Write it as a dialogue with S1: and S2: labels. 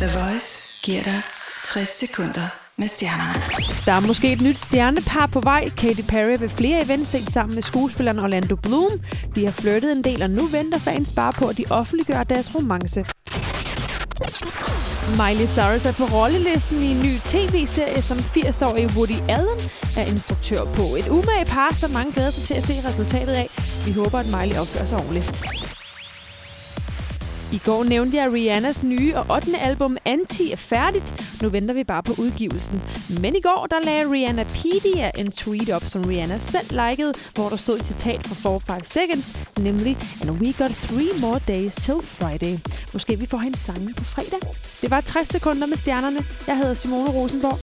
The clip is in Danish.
S1: The Voice giver dig 60 sekunder med stjernerne.
S2: Der er måske et nyt stjernepar på vej. Katy Perry vil flere events set sammen med skuespilleren Orlando Bloom. De har flirtet en del, og nu venter fans bare på, at de offentliggør deres romance. Miley Cyrus er på rollelisten i en ny tv-serie, som 80-årige Woody Allen er instruktør på. Et umage par, som mange glæder sig til at se resultatet af. Vi håber, at Miley opfører sig ordentligt. I går nævnte jeg, at Rihannas nye og 8. album Anti er færdigt. Nu venter vi bare på udgivelsen. Men i går, der lagde Rihannapedia en tweet op, som Rihanna selv likede, hvor der stod et citat fra 4-5 Seconds, nemlig "And we got 3 more days till Friday." Måske vi får hendes sange på fredag. Det var 60 sekunder med stjernerne. Jeg hedder Simone Rosenborg.